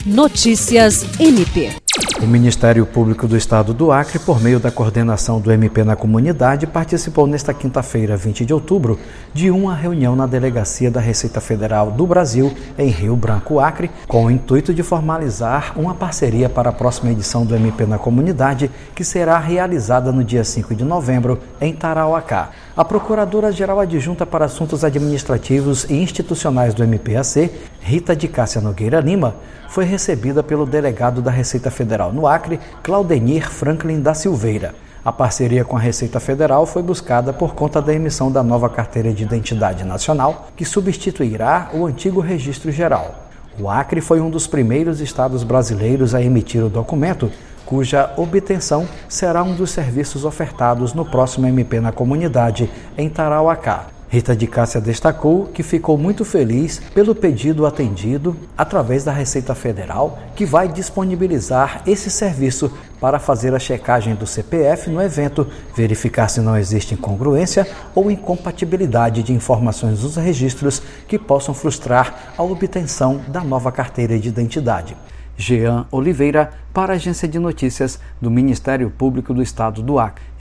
Notícias MP. O Ministério Público do Estado do Acre, por meio da coordenação do MP na comunidade, participou nesta quinta-feira, 20 de outubro, de uma reunião na Delegacia da Receita Federal do Brasil, em Rio Branco, Acre, com o intuito de formalizar uma parceria para a próxima edição do MP na comunidade, que será realizada no dia 5 de novembro, em Tarauacá. A Procuradora-Geral Adjunta para Assuntos Administrativos e Institucionais do MPAC, Rita de Cássia Nogueira Lima, foi recebida pelo delegado da Receita Federal no Acre, Claudenir Franklin da Silveira. A parceria com a Receita Federal foi buscada por conta da emissão da nova Carteira de Identidade Nacional, que substituirá o antigo Registro Geral. O Acre foi um dos primeiros estados brasileiros a emitir o documento, cuja obtenção será um dos serviços ofertados no próximo MP na comunidade, em Tarauacá. Rita de Cássia destacou que ficou muito feliz pelo pedido atendido através da Receita Federal, que vai disponibilizar esse serviço para fazer a checagem do CPF no evento, verificar se não existe incongruência ou incompatibilidade de informações dos registros que possam frustrar a obtenção da nova carteira de identidade. Jean Oliveira, para a Agência de Notícias do Ministério Público do Estado do Acre.